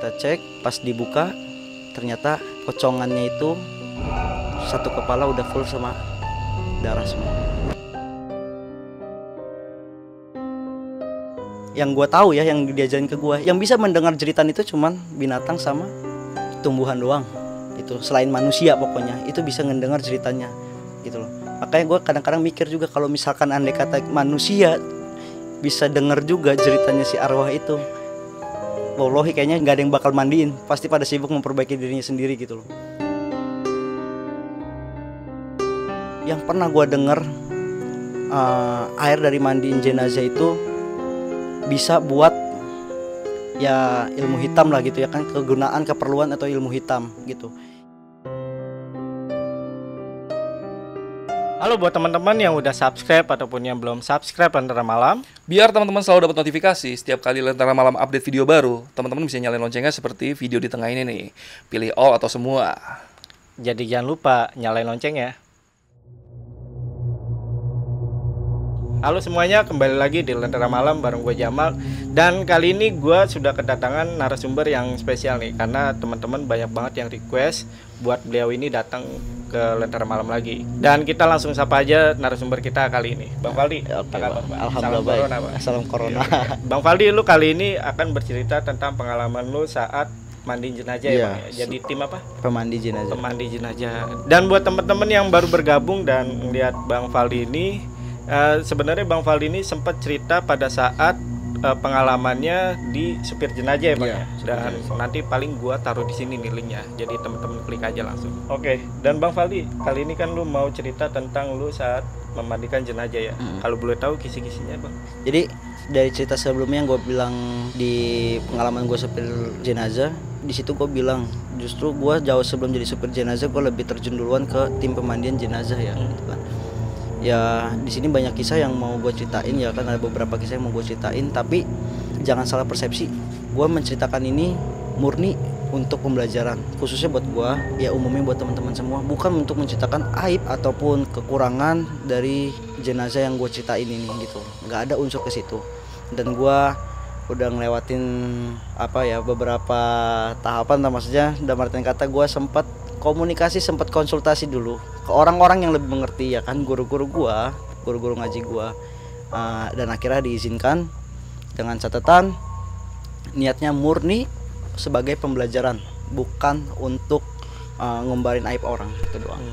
Kita cek, pas dibuka ternyata pocongannya itu satu kepala udah full sama darah semua. Yang gue tahu ya, yang diajarin ke gue, yang bisa mendengar jeritan itu cuman binatang sama tumbuhan doang. Itu selain manusia pokoknya itu bisa ngedengar ceritanya gitu loh. Makanya gue kadang-kadang mikir juga kalau misalkan andai kata manusia bisa denger juga ceritanya si arwah itu, wallahi kayaknya nggak ada yang bakal mandiin, pasti pada sibuk memperbaiki dirinya sendiri gitu loh. Yang pernah gue denger air dari mandiin jenazah itu bisa buat ya ilmu hitam lah gitu ya kan, kegunaan keperluan atau ilmu hitam gitu. Halo buat teman-teman yang udah subscribe ataupun yang belum subscribe Lentera Malam. Biar teman-teman selalu dapat notifikasi setiap kali Lentera Malam update video baru, teman-teman bisa nyalain loncengnya seperti video di tengah ini nih. Pilih all atau semua. Jadi jangan lupa nyalain lonceng ya. Halo semuanya, kembali lagi di Lentera Malam bareng gue Jamal. Dan kali ini gue sudah kedatangan narasumber yang spesial nih, karena teman-teman banyak banget yang request buat beliau ini datang ke Lentera Malam lagi. Dan kita langsung sapa aja narasumber kita kali ini, Bang Faldi. Oke, alhamdulillah baik. Salam corona. Bang Faldi, lu kali ini akan bercerita tentang pengalaman lu saat mandi jenazah ya, Bang? Jadi tim apa? Pemandi jenazah. Pemandi jenazah. Dan buat teman-teman yang baru bergabung dan melihat Bang Faldi ini, sebenarnya Bang Faldi ini sempat cerita pada saat pengalamannya di supir jenazah ya, Bang. Iya, Dan nanti paling gua taruh di sini nih linknya. Jadi teman-teman klik aja langsung. Oke. Dan Bang Faldi, kali ini kan lu mau cerita tentang lu saat memandikan jenazah ya. Kalau boleh tahu kisi-kisinya, Bang. Jadi dari cerita sebelumnya yang gue bilang di pengalaman gue supir jenazah, di situ gue bilang justru gue jauh sebelum jadi supir jenazah gue lebih terjun duluan ke tim pemandian jenazah ya, gitu kan. Ya di sini banyak kisah yang mau gue ceritain ya kan, ada beberapa kisah yang mau gue ceritain, tapi jangan salah persepsi, gue menceritakan ini murni untuk pembelajaran, khususnya buat gue ya, umumnya buat teman-teman semua, bukan untuk menceritakan aib ataupun kekurangan dari jenazah yang gue ceritain ini gitu, nggak ada unsur ke situ. Dan gue udah ngelewatin apa ya, beberapa tahapan, maksudnya dalam artian kata gue sempat komunikasi, sempat konsultasi dulu ke orang-orang yang lebih mengerti ya kan, guru-guru ngaji gua, dan akhirnya diizinkan dengan catatan niatnya murni sebagai pembelajaran, bukan untuk ngumbarin aib orang, itu doang.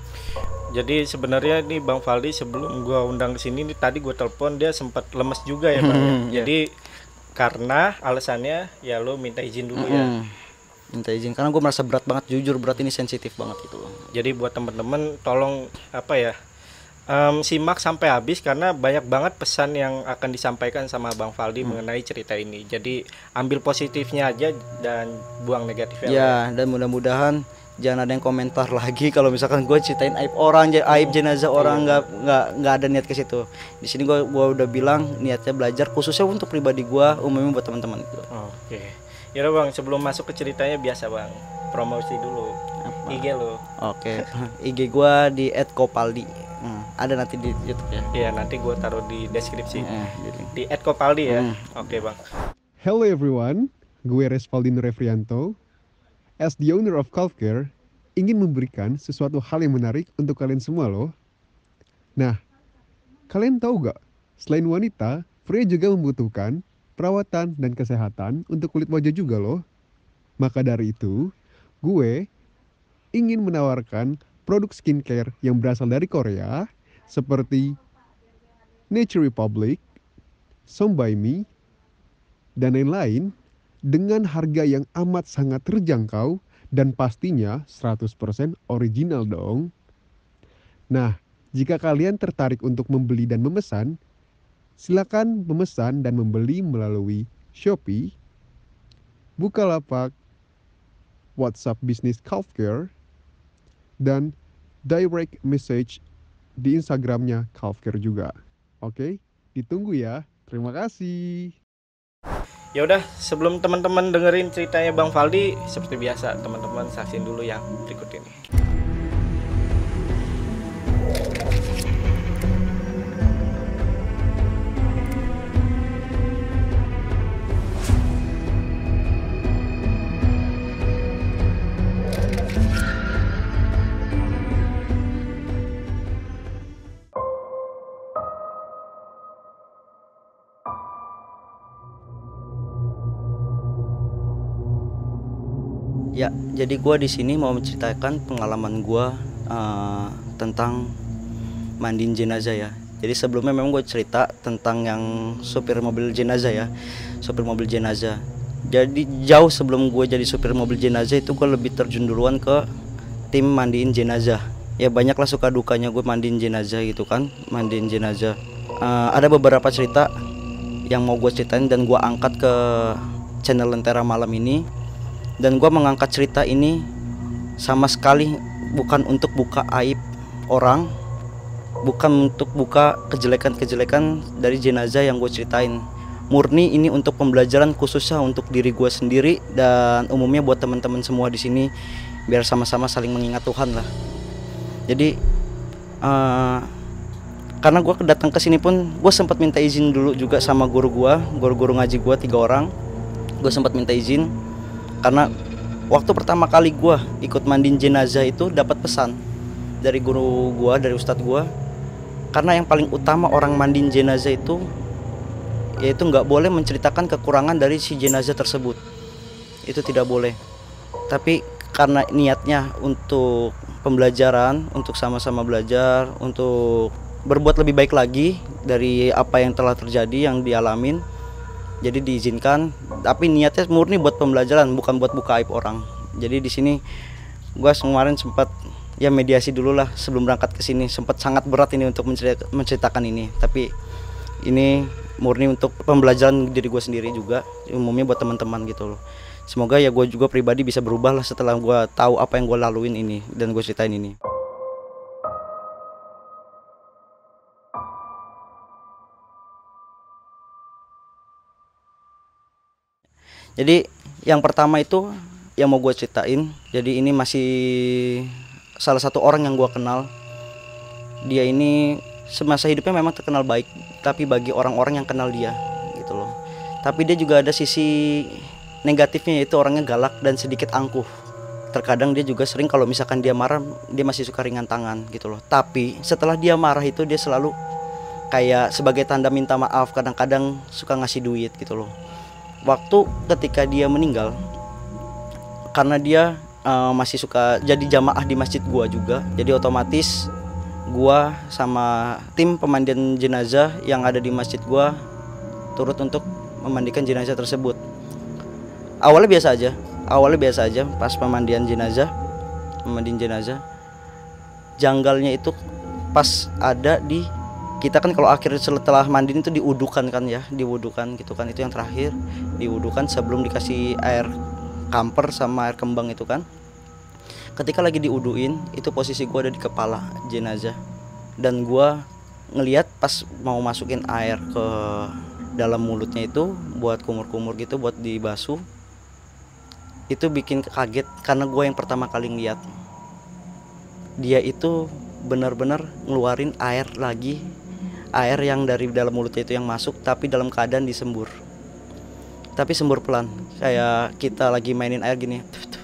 Jadi sebenarnya nih Bang Faldi sebelum gua undang ke sini nih, tadi gua telepon dia sempat lemes juga ya, Bang. Jadi karena alasannya ya lo minta izin dulu ya. Minta izin karena gue merasa berat banget, jujur berat, ini sensitif banget gitu loh. Jadi buat temen-temen tolong apa ya, simak sampai habis karena banyak banget pesan yang akan disampaikan sama Bang Faldi mengenai cerita ini. Jadi ambil positifnya aja dan buang negatifnya. Ya, dan mudah-mudahan jangan ada yang komentar lagi kalau misalkan gue ceritain aib orang, aib jenazah orang, nggak ada niat ke situ. Di sini gue udah bilang niatnya belajar, khususnya untuk pribadi gue, umumnya buat teman-teman gitu. Oke. Ya Bang, sebelum masuk ke ceritanya biasa Bang, promosi dulu. Apa? IG lo. Oke. IG gua di @kopaldi. Ada nanti di YouTube ya. Iya, nanti gua taruh di deskripsi. Di @kopaldi ya. Oke, Bang. Hello everyone, gue Resvaldi Nurefrianto. As the owner of Calfcare, ingin memberikan sesuatu hal yang menarik untuk kalian semua loh. Nah, kalian tahu gak? Selain wanita, pria juga membutuhkan perawatan dan kesehatan untuk kulit wajah juga loh. Maka dari itu, gue ingin menawarkan produk skincare yang berasal dari Korea seperti Nature Republic, Some By Me, dan lain-lain dengan harga yang amat sangat terjangkau dan pastinya 100% original dong. Nah, jika kalian tertarik untuk membeli dan memesan, silakan memesan dan membeli melalui Shopee, Bukalapak, WhatsApp Business Calfcare, dan direct message di Instagramnya Calfcare juga. Oke, ditunggu ya. Terima kasih. Ya udah, sebelum teman-teman dengerin ceritanya Bang Faldi, seperti biasa teman-teman saksiin dulu yang berikut ini. Ya, jadi gue di sini mau menceritakan pengalaman gue tentang mandiin jenazah ya. Jadi sebelumnya memang gue cerita tentang yang supir mobil jenazah ya, supir mobil jenazah. Jadi jauh sebelum gue jadi supir mobil jenazah itu gue lebih terjun duluan ke tim mandiin jenazah. Ya banyaklah suka dukanya gue mandiin jenazah gitu kan, mandiin jenazah. Ada beberapa cerita yang mau gue ceritain dan gue angkat ke channel Lentera Malam ini. Dan gue mengangkat cerita ini sama sekali bukan untuk buka aib orang, bukan untuk buka kejelekan-kejelekan dari jenazah yang gue ceritain. Murni ini untuk pembelajaran khususnya untuk diri gue sendiri dan umumnya buat teman-teman semua di sini, biar sama-sama saling mengingat Tuhan lah. Jadi karena gue datang ke sini pun gue sempat minta izin dulu juga sama guru-guru ngaji gue 3 orang. Gue sempat minta izin karena waktu pertama kali gue ikut mandiin jenazah itu dapat pesan dari guru gue, dari ustadz gue. Karena yang paling utama orang mandiin jenazah itu yaitu nggak boleh menceritakan kekurangan dari si jenazah tersebut. Itu tidak boleh. Tapi karena niatnya untuk pembelajaran, untuk sama-sama belajar, untuk berbuat lebih baik lagi dari apa yang telah terjadi, yang dialamin, jadi diizinkan. Tapi niatnya murni buat pembelajaran, bukan buat buka aib orang. Jadi di sini gue kemarin sempat ya mediasi dulu lah sebelum berangkat ke sini. Sempat sangat berat ini untuk menceritakan ini, tapi ini murni untuk pembelajaran diri gue sendiri juga, umumnya buat teman-teman gitu loh. Semoga ya gue juga pribadi bisa berubah lah setelah gue tahu apa yang gue laluin ini dan gue ceritain ini. Jadi yang pertama itu yang mau gue ceritain. Jadi ini masih salah satu orang yang gue kenal. Dia ini semasa hidupnya memang terkenal baik, tapi bagi orang-orang yang kenal dia gitu loh. Tapi dia juga ada sisi negatifnya, yaitu orangnya galak dan sedikit angkuh. Terkadang dia juga sering kalau misalkan dia marah, dia masih suka ringan tangan gitu loh. Tapi setelah dia marah itu dia selalu kayak sebagai tanda minta maaf, kadang-kadang suka ngasih duit gitu loh. Waktu ketika dia meninggal, karena dia masih suka jadi jamaah di masjid gua juga, jadi otomatis gua sama tim pemandian jenazah yang ada di masjid gua turut untuk memandikan jenazah tersebut. Awalnya biasa aja pas pemandian jenazah. Janggalnya itu pas ada di kita kan kalau akhir setelah mandiin itu diwudukan kan ya, diwudukan gitu kan, itu yang terakhir diwudukan sebelum dikasih air kamper sama air kembang itu kan. Ketika lagi diwuduin itu posisi gua ada di kepala jenazah dan gua ngelihat pas mau masukin air ke dalam mulutnya itu buat kumur-kumur gitu, buat dibasuh. Itu bikin kaget karena gue yang pertama kali ngeliat dia itu benar-benar ngeluarin air lagi, air yang dari dalam mulutnya itu yang masuk tapi dalam keadaan disembur. Tapi sembur pelan, kayak kita lagi mainin air gini.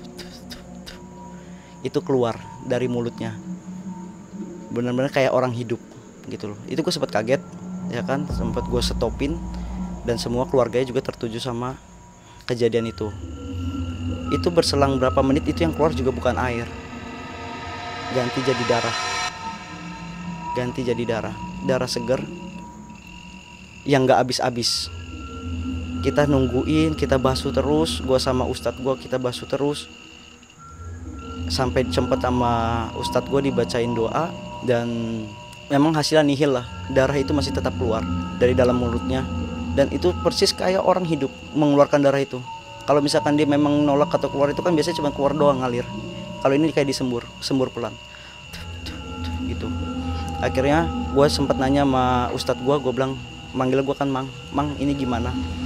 Itu keluar dari mulutnya, benar-benar kayak orang hidup gitu loh. Itu gue sempat kaget ya kan, sempat gue stopin dan semua keluarganya juga tertuju sama kejadian itu. Itu berselang berapa menit itu yang keluar juga bukan air, ganti jadi darah segar yang gak habis-habis. Kita nungguin, kita basuh terus, gue sama ustadz gue kita basuh terus sampai sempet sama ustadz gue dibacain doa dan memang hasilnya nihil lah, darah itu masih tetap keluar dari dalam mulutnya dan itu persis kayak orang hidup mengeluarkan darah itu. Kalau misalkan dia memang nolak atau keluar itu kan biasanya cuma keluar doang ngalir. Kalau ini kayak sembur pelan gitu. Akhirnya gue sempat nanya sama ustadz gue bilang, manggil gue kan mang ini gimana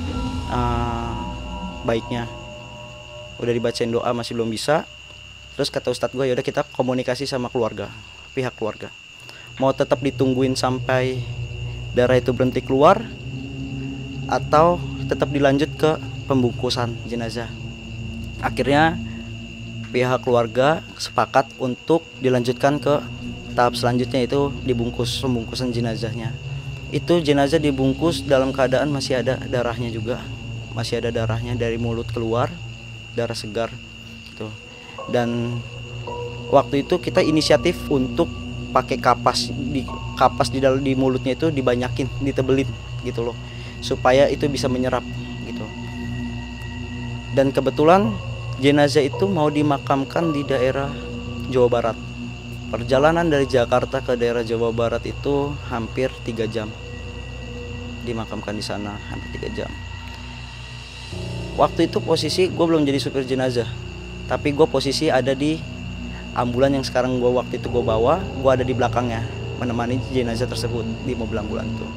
baiknya. Udah dibacain doa masih belum bisa. Terus kata ustadz gue, yaudah kita komunikasi sama pihak keluarga. Mau tetap ditungguin sampai darah itu berhenti keluar atau tetap dilanjut ke pembungkusan jenazah. Akhirnya pihak keluarga sepakat untuk dilanjutkan ke tahap selanjutnya, itu pembungkusan jenazahnya. Itu jenazah dibungkus dalam keadaan masih ada darahnya juga, masih ada darahnya dari mulut keluar, darah segar. gitu. Dan waktu itu kita inisiatif untuk pakai kapas di mulutnya itu dibanyakin, ditebelin gitu loh, supaya itu bisa menyerap gitu. Dan kebetulan jenazah itu mau dimakamkan di daerah Jawa Barat. Perjalanan dari Jakarta ke daerah Jawa Barat itu hampir 3 jam. Dimakamkan di sana hampir 3 jam. Waktu itu posisi gue belum jadi supir jenazah, tapi gue posisi ada di ambulan yang sekarang gue waktu itu gue bawa. Gue ada di belakangnya menemani jenazah tersebut di mobil ambulan tuh.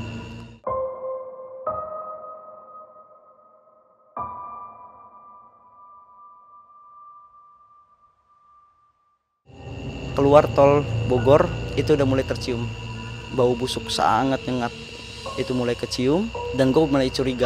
Keluar tol Bogor itu udah mulai tercium bau busuk sangat nyengat, itu mulai kecium. Dan gue mulai curiga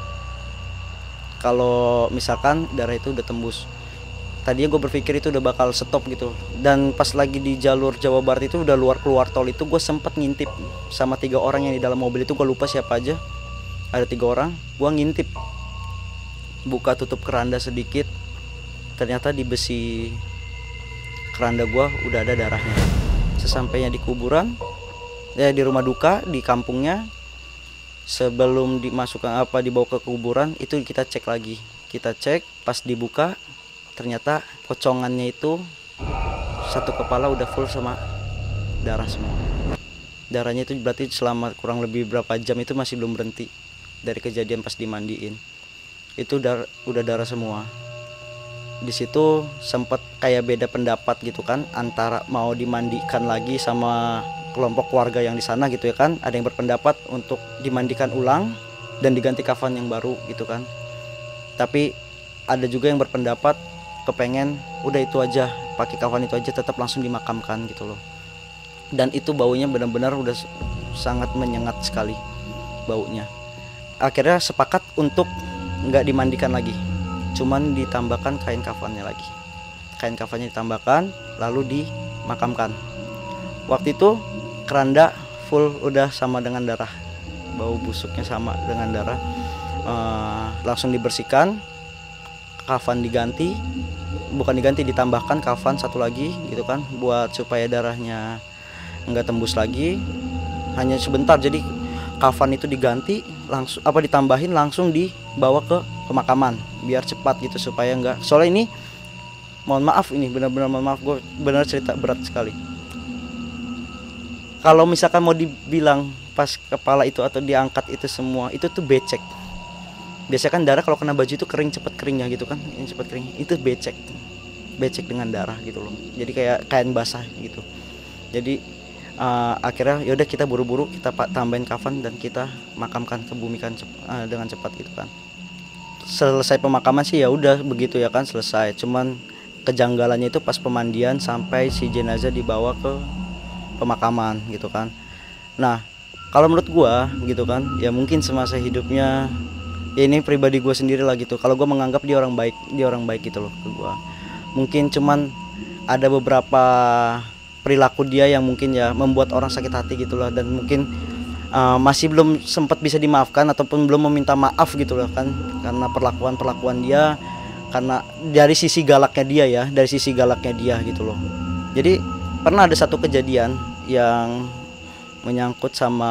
kalau misalkan darah itu udah tembus. Tadinya gue berpikir itu udah bakal stop gitu. Dan pas lagi di jalur Jawa Barat itu udah keluar tol itu, gue sempet ngintip sama 3 orang yang di dalam mobil itu. Gue lupa siapa aja, ada 3 orang. Gue ngintip, buka tutup keranda sedikit, ternyata di besi keranda gua udah ada darahnya. Sesampainya di kuburan, di rumah duka di kampungnya, sebelum dimasukkan dibawa ke kuburan itu kita cek lagi. Kita cek, pas dibuka ternyata pocongannya itu satu kepala udah full sama darah semua. Darahnya itu berarti selama kurang lebih berapa jam itu masih belum berhenti dari kejadian pas dimandiin. Itu udah darah semua. Di situ sempat kayak beda pendapat gitu kan, antara mau dimandikan lagi sama kelompok warga yang di sana gitu ya kan. Ada yang berpendapat untuk dimandikan ulang dan diganti kafan yang baru gitu kan. Tapi ada juga yang berpendapat kepengen udah itu aja, pakai kafan itu aja, tetap langsung dimakamkan gitu loh. Dan itu baunya benar-benar udah sangat menyengat sekali baunya. Akhirnya sepakat untuk nggak dimandikan lagi, cuman ditambahkan kain kafannya lagi. Kain kafannya ditambahkan lalu dimakamkan. Waktu itu keranda full udah sama dengan darah, bau busuknya sama dengan darah. Langsung dibersihkan, kafan diganti, bukan diganti, ditambahkan kafan satu lagi gitu kan, buat supaya darahnya nggak tembus lagi. Hanya sebentar, jadi kafan itu diganti langsung ditambahin, langsung dibawa ke pemakaman biar cepat gitu, supaya enggak, soalnya ini mohon maaf, ini benar-benar mohon maaf, gue benar cerita berat sekali. Kalau misalkan mau dibilang pas kepala itu atau diangkat itu semua itu tuh becek. Biasanya kan darah kalau kena baju itu kering, cepet keringnya gitu kan, ini cepet kering, itu becek dengan darah gitu loh, jadi kayak kain basah gitu. Jadi akhirnya yaudah kita buru-buru kita tambahin kafan dan kita makamkan, kebumikan dengan cepat gitu kan. Selesai pemakaman sih ya udah begitu ya kan, selesai. Cuman kejanggalannya itu pas pemandian sampai si jenazah dibawa ke pemakaman gitu kan. Nah kalau menurut gua gitu kan, ya mungkin semasa hidupnya, ya ini pribadi gua sendiri lah gitu, kalau gua menganggap dia orang baik gitu loh ke gua. Mungkin cuman ada beberapa perilaku dia yang mungkin ya membuat orang sakit hati gitu loh, dan mungkin masih belum sempat bisa dimaafkan ataupun belum meminta maaf gitu loh kan, karena perlakuan dia, karena dari sisi galaknya dia gitu loh. Jadi pernah ada satu kejadian yang menyangkut sama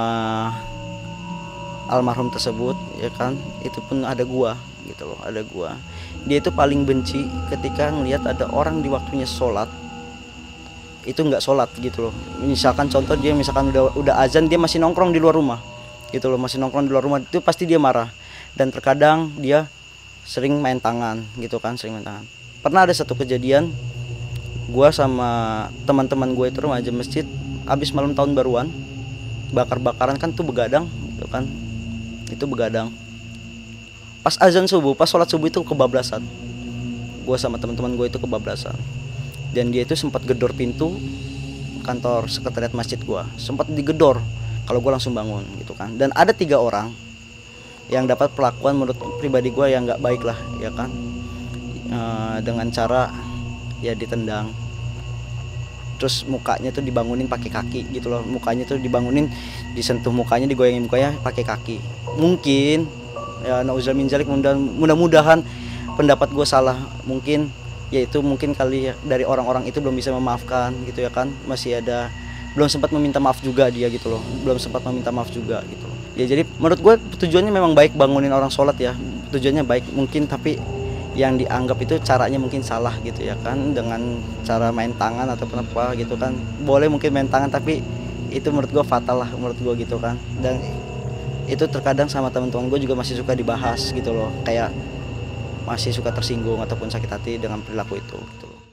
almarhum tersebut ya kan, itu pun ada gua gitu loh, ada gua. Dia itu paling benci ketika ngelihat ada orang di waktunya sholat itu nggak sholat gitu loh. Misalkan contoh dia misalkan udah azan dia masih nongkrong di luar rumah gitu loh, masih nongkrong di luar rumah, itu pasti dia marah. Dan terkadang dia sering main tangan gitu kan, Pernah ada satu kejadian, gua sama teman-teman gue itu remaja masjid habis malam tahun baruan, bakar-bakaran kan tuh begadang gitu kan, itu begadang. Pas azan subuh, pas sholat subuh itu kebablasan, gua sama teman-teman gue itu kebablasan. Dan dia itu sempat gedor pintu kantor sekretariat masjid gua, sempat digedor. Kalau gua langsung bangun gitu kan. Dan ada 3 orang yang dapat perlakuan menurut pribadi gua yang nggak baik lah ya kan, dengan cara ya ditendang, terus mukanya tuh dibangunin pakai kaki gitu loh, mukanya tuh dibangunin, disentuh mukanya, digoyangin mukanya pakai kaki. Mungkin ya nauzubillah min dzalik, mudah-mudahan pendapat gua salah, mungkin ya itu mungkin kali ya dari orang-orang itu belum bisa memaafkan gitu ya kan, masih ada belum sempat meminta maaf juga dia gitu loh, belum sempat meminta maaf juga gitu loh. Ya jadi menurut gue tujuannya memang baik, bangunin orang sholat ya, tujuannya baik mungkin, tapi yang dianggap itu caranya mungkin salah gitu ya kan, dengan cara main tangan ataupun apa gitu kan. Boleh mungkin main tangan, tapi itu menurut gue fatal lah menurut gue gitu kan. Dan itu terkadang sama teman-teman gue juga masih suka dibahas gitu loh, kayak masih suka tersinggung ataupun sakit hati dengan perilaku itu gitu loh.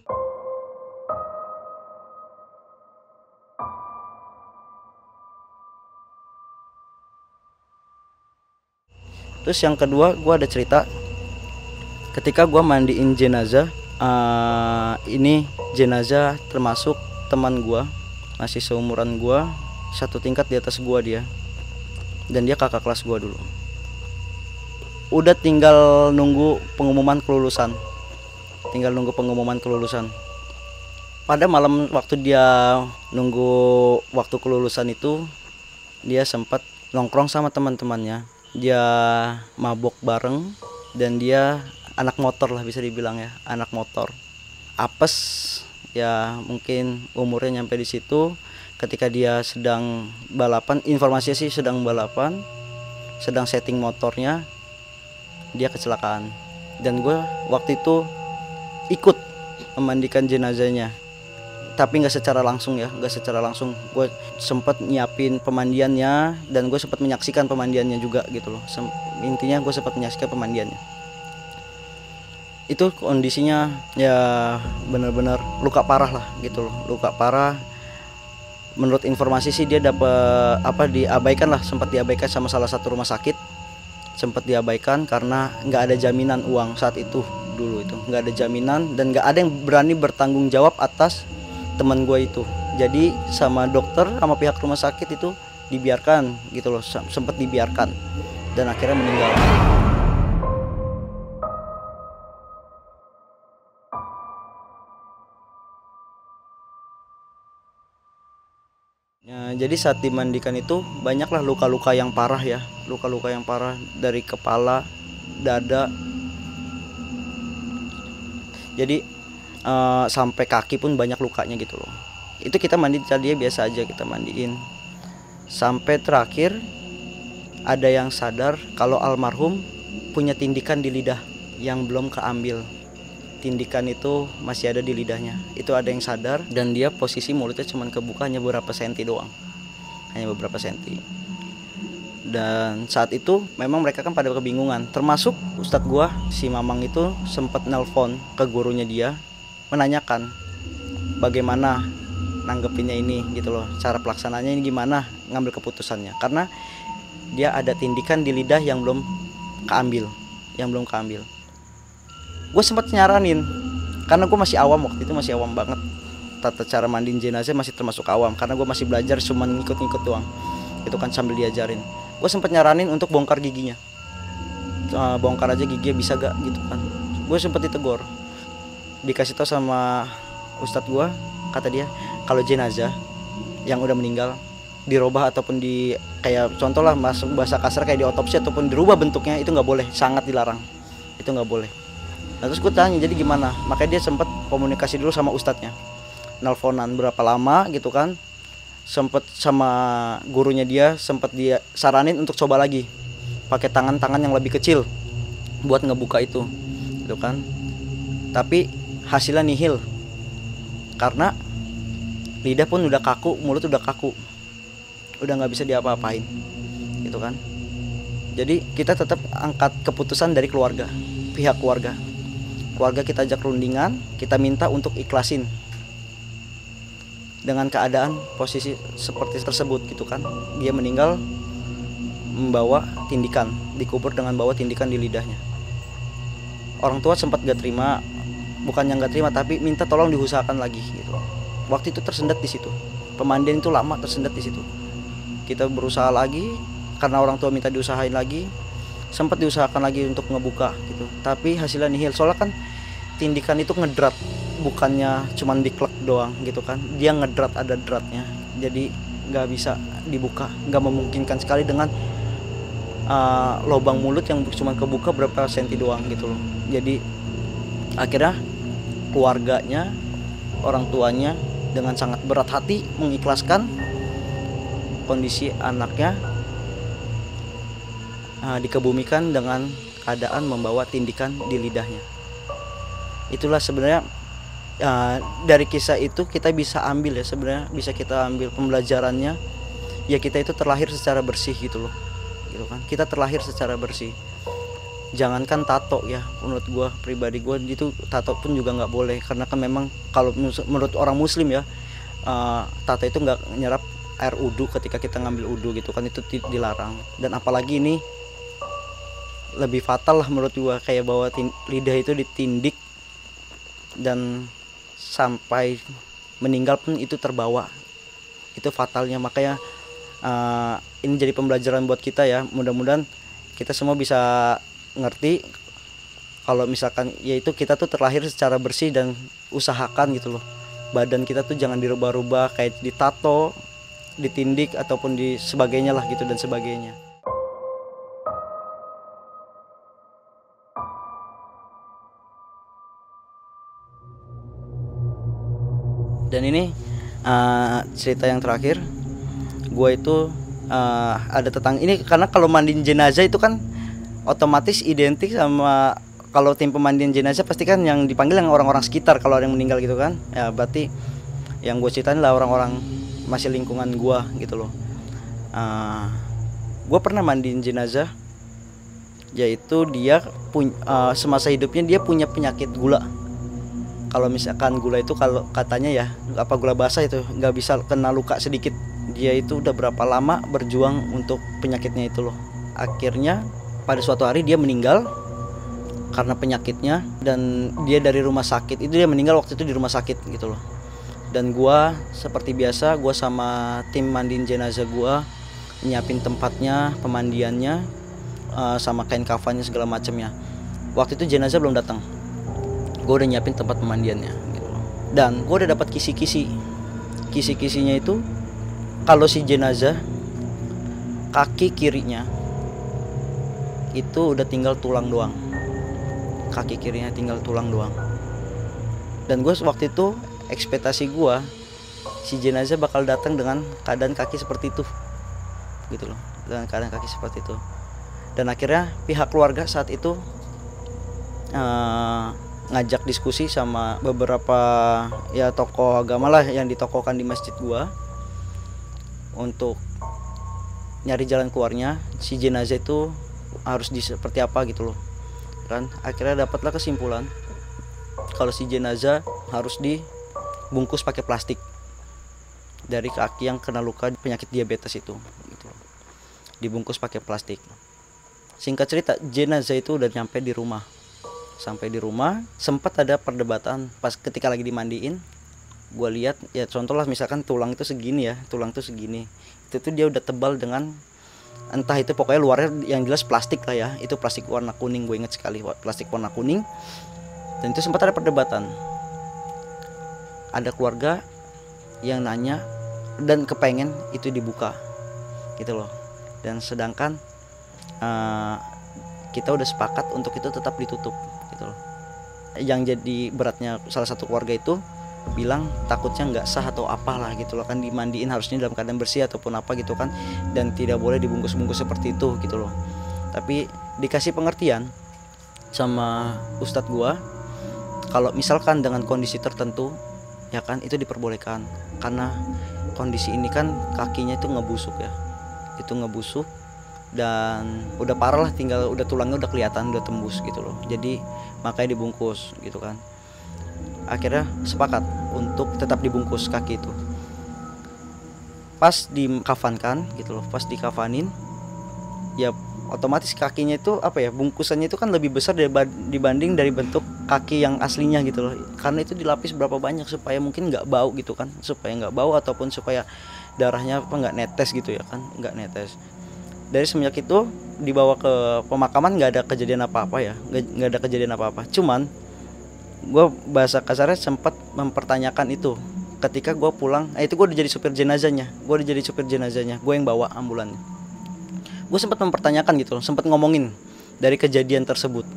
Terus yang kedua, gue ada cerita ketika gue mandiin jenazah. Ini jenazah termasuk teman gue, masih seumuran gue, satu tingkat di atas gue dia, dan dia kakak kelas gue dulu. Udah tinggal nunggu pengumuman kelulusan. Pada malam waktu dia nunggu waktu kelulusan itu, dia sempat nongkrong sama teman-temannya. Dia mabok bareng, dan dia anak motor lah bisa dibilang ya, anak motor. Apes ya, mungkin umurnya nyampe di situ. Ketika dia sedang balapan, informasinya sih sedang balapan, sedang setting motornya, dia kecelakaan. Dan gue waktu itu ikut memandikan jenazahnya, tapi nggak secara langsung ya, gue sempat nyiapin pemandiannya, dan gue sempat menyaksikan pemandiannya juga gitu loh. Intinya gue sempat menyaksikan pemandiannya. Itu kondisinya ya benar-benar luka parah lah gitu loh, luka parah. Menurut informasi sih dia dapat diabaikan lah, sempat diabaikan sama salah satu rumah sakit. Sempat diabaikan karena nggak ada jaminan uang saat itu, dulu itu nggak ada jaminan, dan nggak ada yang berani bertanggung jawab atas teman gue itu. Jadi sama dokter sama pihak rumah sakit itu dibiarkan gitu loh, sempat dibiarkan, dan akhirnya meninggal. Ya, jadi saat dimandikan itu banyaklah luka-luka yang parah ya, luka-luka yang parah dari kepala, dada, jadi sampai kaki pun banyak lukanya gitu loh. Itu kita mandi tadi biasa aja kita mandiin, sampai terakhir ada yang sadar kalau almarhum punya tindikan di lidah yang belum keambil. Tindikan itu masih ada di lidahnya. Itu ada yang sadar, dan dia posisi mulutnya cuma kebuka hanya beberapa senti doang. Hanya beberapa senti. Dan saat itu memang mereka kan pada kebingungan. Termasuk ustadz gua, si Mamang itu sempat nelpon ke gurunya dia, menanyakan bagaimana nanggepinnya ini gitu loh. Cara pelaksananya ini gimana, ngambil keputusannya. Karena dia ada tindikan di lidah yang belum keambil. Gue sempat nyaranin, karena gue masih awam waktu itu, masih awam banget. Tata cara mandiin jenazah masih termasuk awam, karena gue masih belajar cuma ngikut-ngikut doang. Itu kan sambil diajarin. Gue sempat nyaranin untuk bongkar giginya. Bongkar aja giginya bisa gak gitu kan. Gue sempat ditegur. Dikasih tau sama ustadz gue, kata dia, kalau jenazah yang udah meninggal dirubah ataupun kayak contoh lah, masuk bahasa kasar kayak diotopsi ataupun dirubah bentuknya, itu nggak boleh, sangat dilarang. Itu nggak boleh. Nah terus gue tanya, jadi gimana? Makanya dia sempat komunikasi dulu sama ustadznya, nelponan berapa lama gitu kan. Sempat sama gurunya dia, sempat dia saranin untuk coba lagi pakai tangan-tangan yang lebih kecil buat ngebuka itu gitu kan. Tapi hasilnya nihil, karena lidah pun udah kaku, mulut udah kaku, udah nggak bisa diapa-apain gitu kan. Jadi kita tetap angkat keputusan dari keluarga, pihak keluarga kita ajak rundingan, kita minta untuk ikhlasin dengan keadaan posisi seperti tersebut gitu kan. Dia meninggal membawa tindikan, dikubur dengan bawa tindikan di lidahnya. Orang tua sempat gak terima, bukannya gak terima, tapi minta tolong diusahakan lagi gitu. Waktu itu tersendat di situ, pemandian itu lama tersendat di situ. Kita berusaha lagi, karena orang tua minta diusahain lagi, sempat diusahakan lagi untuk ngebuka gitu, tapi hasilnya nihil. Soalnya kan tindikan itu ngedrat, bukannya cuman diklek doang gitu kan, dia ngedrat, ada dratnya, jadi nggak bisa dibuka, nggak memungkinkan sekali dengan lubang mulut yang cuma kebuka berapa senti doang gitu loh. Jadi akhirnya keluarganya, orang tuanya dengan sangat berat hati mengikhlaskan kondisi anaknya dikebumikan dengan keadaan membawa tindikan di lidahnya. Itulah sebenarnya dari kisah itu kita bisa ambil ya, sebenarnya bisa kita ambil pembelajarannya ya, kita itu terlahir secara bersih gitu loh, gitu kan. Kita terlahir secara bersih. Jangankan tato ya, menurut gue pribadi gue itu tato pun juga nggak boleh, karena kan memang kalau menurut orang muslim ya, tato itu nggak nyerap air wudu ketika kita ngambil wudu gitu kan, itu dilarang. Dan apalagi ini lebih fatal lah menurut gue, kayak bahwa lidah itu ditindik dan sampai meninggal pun itu terbawa, itu fatalnya. Makanya ini jadi pembelajaran buat kita ya, mudah-mudahan kita semua bisa ngerti kalau misalkan yaitu kita tuh terlahir secara bersih, dan usahakan gitu loh badan kita tuh jangan dirubah-rubah kayak ditato, ditindik ataupun di sebagainya lah gitu dan sebagainya. Dan ini cerita yang terakhir, gue itu ada tetangga ini, karena kalau mandiin jenazah itu kan otomatis identik sama, kalau tim pemandian jenazah pasti kan yang dipanggil yang orang-orang sekitar kalau ada yang meninggal gitu kan ya, berarti yang gue ceritain lah orang-orang masih lingkungan gue gitu loh. Gue pernah mandiin jenazah, yaitu dia semasa hidupnya dia punya penyakit gula. Kalau misalkan gula itu, kalau katanya ya gula basah itu nggak bisa kena luka sedikit. Dia itu udah berapa lama berjuang untuk penyakitnya itu loh. Akhirnya pada suatu hari dia meninggal karena penyakitnya, dan dia dari rumah sakit itu, dia meninggal waktu itu di rumah sakit gitu loh. Dan gua seperti biasa, gua sama tim mandiin jenazah gua nyiapin tempatnya, pemandiannya, sama kain kafannya segala macamnya. Waktu itu jenazah belum datang, gua udah nyiapin tempat pemandiannya gitu loh. Dan gua udah dapat kisi-kisinya itu, kalau si jenazah kaki kirinya itu udah tinggal tulang doang, kaki kirinya tinggal tulang doang. Dan gue waktu itu ekspektasi gue si jenazah bakal datang dengan keadaan kaki seperti itu gitu loh, dengan keadaan kaki seperti itu. Dan akhirnya pihak keluarga saat itu ngajak diskusi sama beberapa ya tokoh agama lah yang ditokohkan di masjid gue untuk nyari jalan keluarnya si jenazah itu harus seperti apa gitu loh kan. Akhirnya dapatlah kesimpulan kalau si jenazah harus dibungkus pakai plastik dari kaki yang kena luka penyakit diabetes itu gitu loh. Dibungkus pakai plastik. Singkat cerita, jenazah itu udah nyampe di rumah. Sampai di rumah sempat ada perdebatan pas ketika lagi dimandiin. Gue lihat ya, contoh lah misalkan tulang itu segini ya, tulang itu segini, itu tuh dia udah tebal dengan entah itu pokoknya luarnya yang jelas plastik lah ya, itu plastik warna kuning, gue inget sekali plastik warna kuning. Dan itu sempat ada perdebatan, ada keluarga yang nanya dan kepengen itu dibuka gitu loh. Dan sedangkan kita udah sepakat untuk itu tetap ditutup gitu loh. Yang jadi beratnya salah satu keluarga itu bilang takutnya nggak sah atau apalah gitu loh kan, dimandiin harusnya dalam keadaan bersih ataupun apa gitu kan, dan tidak boleh dibungkus-bungkus seperti itu gitu loh. Tapi dikasih pengertian sama ustadz gua kalau misalkan dengan kondisi tertentu ya kan itu diperbolehkan, karena kondisi ini kan kakinya itu ngebusuk ya, itu ngebusuk dan udah parah lah, tinggal udah tulangnya udah kelihatan udah tembus gitu loh, jadi makanya dibungkus gitu kan. Akhirnya sepakat untuk tetap dibungkus kaki itu. Pas dikafankan gitu loh, pas dikafanin ya otomatis kakinya itu apa ya, bungkusannya itu kan lebih besar dibanding dari bentuk kaki yang aslinya gitu loh, karena itu dilapis berapa banyak supaya mungkin nggak bau gitu kan, supaya nggak bau ataupun supaya darahnya apa nggak netes gitu ya kan, nggak netes. Dari semenjak itu dibawa ke pemakaman nggak ada kejadian apa-apa ya, nggak ada kejadian apa-apa. Cuman gue bahasa kasarnya sempat mempertanyakan itu ketika gue pulang. Itu gue udah jadi supir jenazahnya, gue yang bawa ambulannya. Gue sempat mempertanyakan gitu loh, sempat ngomongin dari kejadian tersebut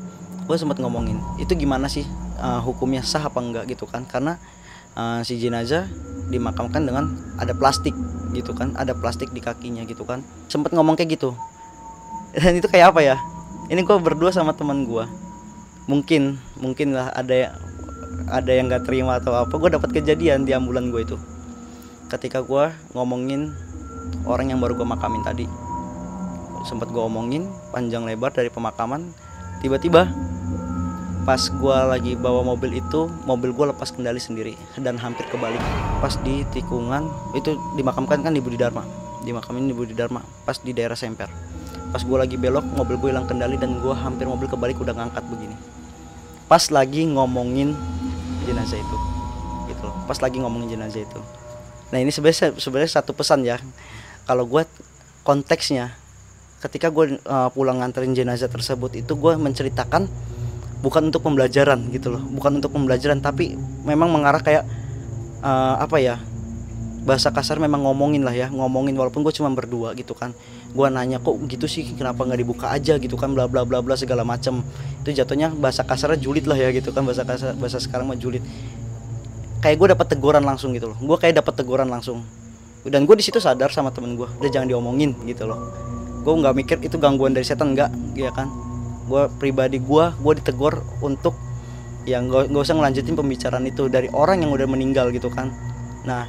gue sempat ngomongin itu gimana sih, hukumnya sah apa enggak gitu kan, karena si jenazah dimakamkan dengan ada plastik gitu kan, ada plastik di kakinya gitu kan. Sempat ngomong kayak gitu. Dan itu kayak apa ya, ini gue berdua sama teman gue, mungkin lah ada yang nggak terima atau apa. Gue dapat kejadian di ambulan gue itu ketika gue ngomongin orang yang baru gue makamin tadi. Sempat gue omongin panjang lebar dari pemakaman. Tiba-tiba pas gue lagi bawa mobil itu, mobil gue lepas kendali sendiri dan hampir kebalik. Pas di tikungan itu dimakamkan kan di Budi Dharma, dimakamin di Budi Dharma, pas di daerah Semper. Pas gue lagi belok, mobil gue hilang kendali dan gue hampir mobil kebalik udah ngangkat begini. Pas lagi ngomongin jenazah itu, gitu loh. Pas lagi ngomongin jenazah itu. Nah ini sebenarnya satu pesan ya. Kalau gue konteksnya, ketika gue pulang nganterin jenazah tersebut itu gue menceritakan bukan untuk pembelajaran gitu loh, bukan untuk pembelajaran, tapi memang mengarah kayak apa ya, bahasa kasar memang ngomongin lah ya, ngomongin walaupun gue cuma berdua gitu kan. Gue nanya kok gitu sih, kenapa nggak dibuka aja gitu kan, bla bla bla bla segala macam. Itu jatuhnya bahasa kasarnya julid lah ya gitu kan, bahasa sekarang mah julid. Kayak gue dapat teguran langsung gitu loh, gue kayak dapat teguran langsung. Dan gue di situ sadar sama temen gue, udah jangan diomongin gitu loh. Gue nggak mikir itu gangguan dari setan, nggak, ya kan. Gue pribadi gue ditegur untuk ya nggak usah ngelanjutin pembicaraan itu dari orang yang udah meninggal gitu kan. Nah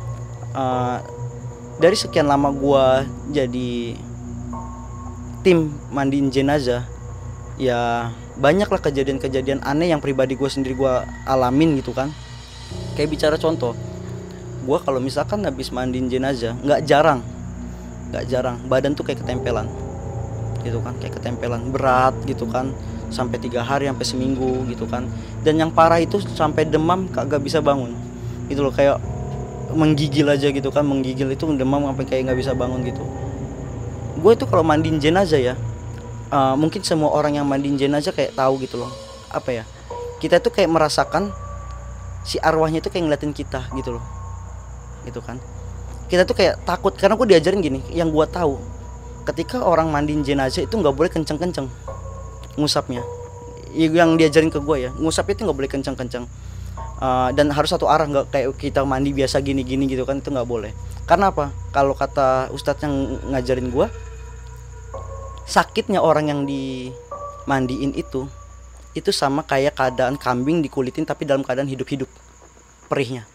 dari sekian lama gue jadi tim mandiin jenazah, ya banyaklah kejadian-kejadian aneh yang pribadi gue sendiri gue alamin gitu kan. Kayak bicara contoh, gue kalau misalkan habis mandiin jenazah nggak jarang badan tuh kayak ketempelan gitu kan, kayak ketempelan berat gitu kan, sampai 3 hari sampai seminggu gitu kan. Dan yang parah itu sampai demam kagak bisa bangun gitu loh, kayak menggigil aja gitu kan, menggigil itu demam sampai kayak nggak bisa bangun gitu. Gue itu kalau mandiin jenazah ya, mungkin semua orang yang mandiin jenazah kayak tahu gitu loh, apa ya, kita tuh kayak merasakan si arwahnya itu kayak ngeliatin kita gitu loh, gitu kan. Kita tuh kayak takut karena gue diajarin gini, yang gue tahu ketika orang mandiin jenazah itu nggak boleh kenceng-kenceng ngusapnya. Yang diajarin ke gue ya, ngusapnya itu nggak boleh kenceng-kenceng, dan harus satu arah, nggak kayak kita mandi biasa gini-gini gitu kan, itu nggak boleh. Karena apa? Kalau kata ustadz yang ngajarin gue, sakitnya orang yang dimandiin itu sama kayak keadaan kambing dikulitin tapi dalam keadaan hidup-hidup, perihnya.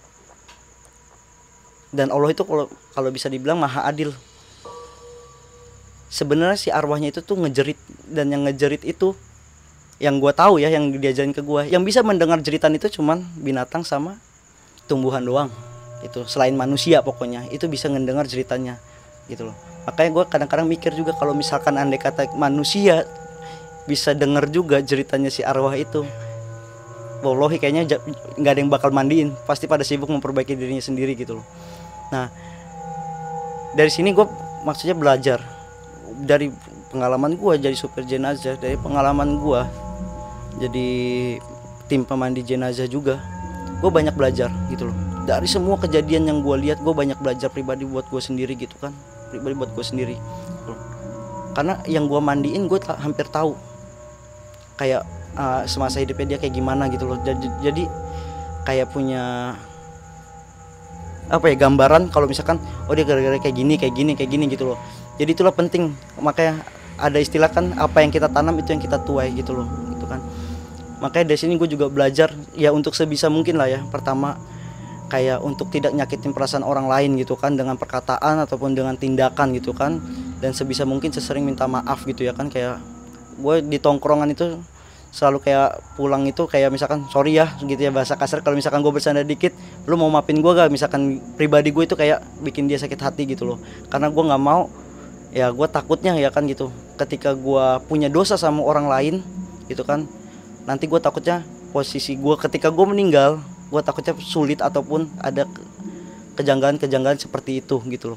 Dan Allah itu kalau bisa dibilang maha adil. Sebenarnya si arwahnya itu tuh ngejerit, dan yang ngejerit itu yang gue tahu ya, yang diajarin ke gue, yang bisa mendengar jeritan itu cuman binatang sama tumbuhan doang itu, selain manusia pokoknya itu bisa mendengar jeritannya gitu loh. Makanya gue kadang-kadang mikir juga, kalau misalkan andai kata manusia bisa denger juga jeritannya si arwah itu, wallahi kayaknya nggak ada yang bakal mandiin, pasti pada sibuk memperbaiki dirinya sendiri gitu loh. Nah dari sini gue maksudnya belajar dari pengalaman gue jadi supir jenazah, dari pengalaman gue jadi tim pemandi jenazah juga, gue banyak belajar gitu loh. Dari semua kejadian yang gue lihat, gue banyak belajar pribadi buat gue sendiri gitu kan, pribadi buat gue sendiri gitu. Karena yang gue mandiin gue hampir tahu kayak semasa hidupnya dia kayak gimana gitu loh. Jadi kayak punya apa ya, gambaran kalau misalkan oh dia gara-gara kayak gini gitu loh. Jadi itulah penting, makanya ada istilah kan, apa yang kita tanam itu yang kita tuai gitu loh, gitu kan. Makanya dari sini gue juga belajar ya untuk sebisa mungkin lah ya. Pertama kayak untuk tidak nyakitin perasaan orang lain gitu kan, dengan perkataan ataupun dengan tindakan gitu kan. Dan sebisa mungkin sesering minta maaf gitu ya kan. Kayak gue di tongkrongan itu selalu kayak pulang itu kayak misalkan sorry ya gitu ya, bahasa kasar. Kalau misalkan gue bercanda dikit, lu mau maafin gue gak? Misalkan pribadi gue itu kayak bikin dia sakit hati gitu loh. Karena gue gak mau, ya gue takutnya ya kan gitu, ketika gue punya dosa sama orang lain gitu kan, nanti gue takutnya posisi gue ketika gue meninggal, gue takutnya sulit ataupun ada kejanggalan seperti itu gitu loh.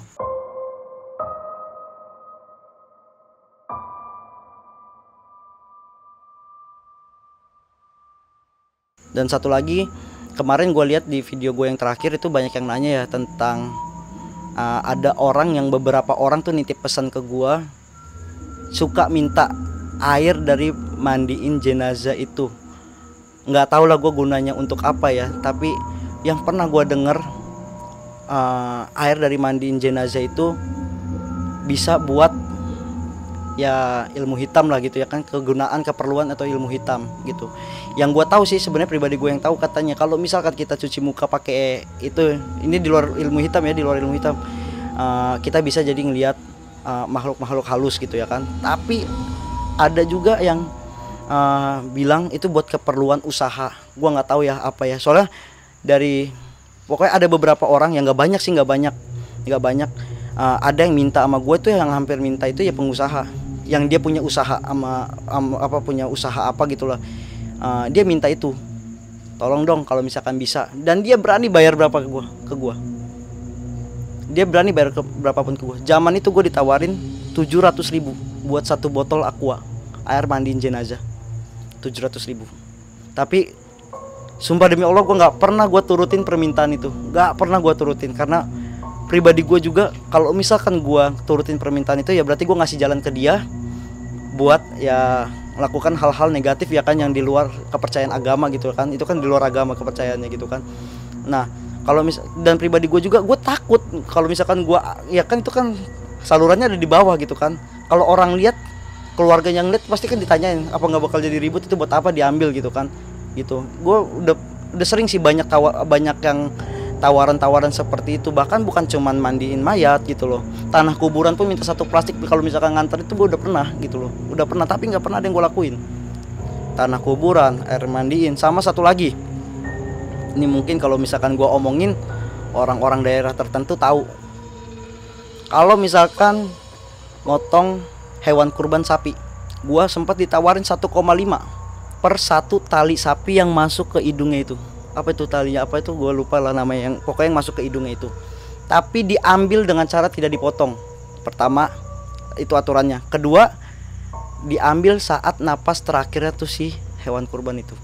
Dan satu lagi, kemarin gue lihat di video gue yang terakhir itu banyak yang nanya ya tentang ada orang yang, beberapa orang tuh nitip pesan ke gue, suka minta air dari mandiin jenazah itu. Nggak tahu lah gue gunanya untuk apa ya, tapi yang pernah gue denger air dari mandiin jenazah itu bisa buat ya ilmu hitam lah gitu ya kan, kegunaan keperluan atau ilmu hitam gitu. Yang gue tahu sih sebenarnya pribadi gue yang tahu, katanya kalau misalkan kita cuci muka pakai itu, ini di luar ilmu hitam ya, di luar ilmu hitam, kita bisa jadi ngelihat makhluk-makhluk halus gitu ya kan. Tapi ada juga yang bilang itu buat keperluan usaha. Gue nggak tahu ya apa ya, soalnya dari pokoknya ada beberapa orang yang nggak banyak sih, nggak banyak. Ada yang minta sama gue tuh, yang hampir minta itu ya pengusaha, yang dia punya usaha punya usaha apa gitulah. Dia minta itu, tolong dong kalau misalkan bisa, dan dia berani bayar berapa ke gua. Dia berani bayar berapapun ke gua. Zaman itu gue ditawarin 700.000 buat satu botol aqua, air mandiin jenazah, 700.000. Tapi sumpah demi Allah gue nggak pernah gue turutin permintaan itu, nggak pernah gue turutin, karena pribadi gue juga kalau misalkan gue turutin permintaan itu ya berarti gue ngasih jalan ke dia buat ya melakukan hal-hal negatif ya kan, yang di luar kepercayaan agama gitu kan. Itu kan di luar agama kepercayaannya gitu kan. Nah kalau dan pribadi gue juga, gue takut kalau misalkan gue ya kan, itu kan salurannya ada di bawah gitu kan. Kalau orang lihat, keluarga yang lihat pasti kan ditanyain apa nggak bakal jadi ribut, itu buat apa diambil gitu kan gitu. Gue udah sering sih banyak yang tawaran-tawaran seperti itu, bahkan bukan cuman mandiin mayat gitu loh, tanah kuburan pun minta satu plastik kalau misalkan nganter, itu gue udah pernah gitu loh, udah pernah, tapi nggak pernah ada yang gue lakuin. Tanah kuburan, air mandiin, sama satu lagi, ini mungkin kalau misalkan gue omongin orang-orang daerah tertentu tahu, kalau misalkan motong hewan kurban sapi, gue sempat ditawarin 1,5 per satu tali sapi yang masuk ke hidungnya itu. Apa itu talinya, apa itu gue lupa lah namanya, yang pokoknya yang masuk ke hidungnya itu. Tapi diambil dengan cara tidak dipotong. Pertama, itu aturannya. Kedua, diambil saat napas terakhirnya tuh si hewan kurban itu.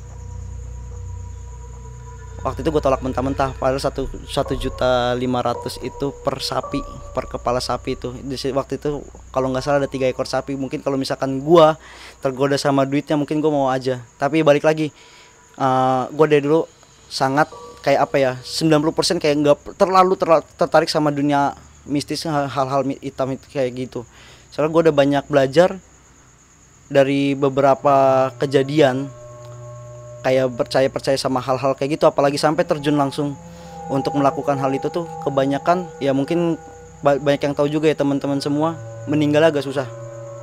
Waktu itu gue tolak mentah-mentah, padahal 1.500.000 itu per sapi, per kepala sapi itu. Waktu itu kalau nggak salah ada 3 ekor sapi. Mungkin kalau misalkan gue tergoda sama duitnya, mungkin gue mau aja. Tapi balik lagi, gue dari dulu sangat kayak apa ya, 90% kayak nggak terlalu tertarik sama dunia mistis, hal-hal hitam itu kayak gitu. Soalnya gue udah banyak belajar dari beberapa kejadian, kayak percaya sama hal-hal kayak gitu, apalagi sampai terjun langsung untuk melakukan hal itu tuh kebanyakan ya, mungkin banyak yang tahu juga ya teman-teman semua, meninggal agak susah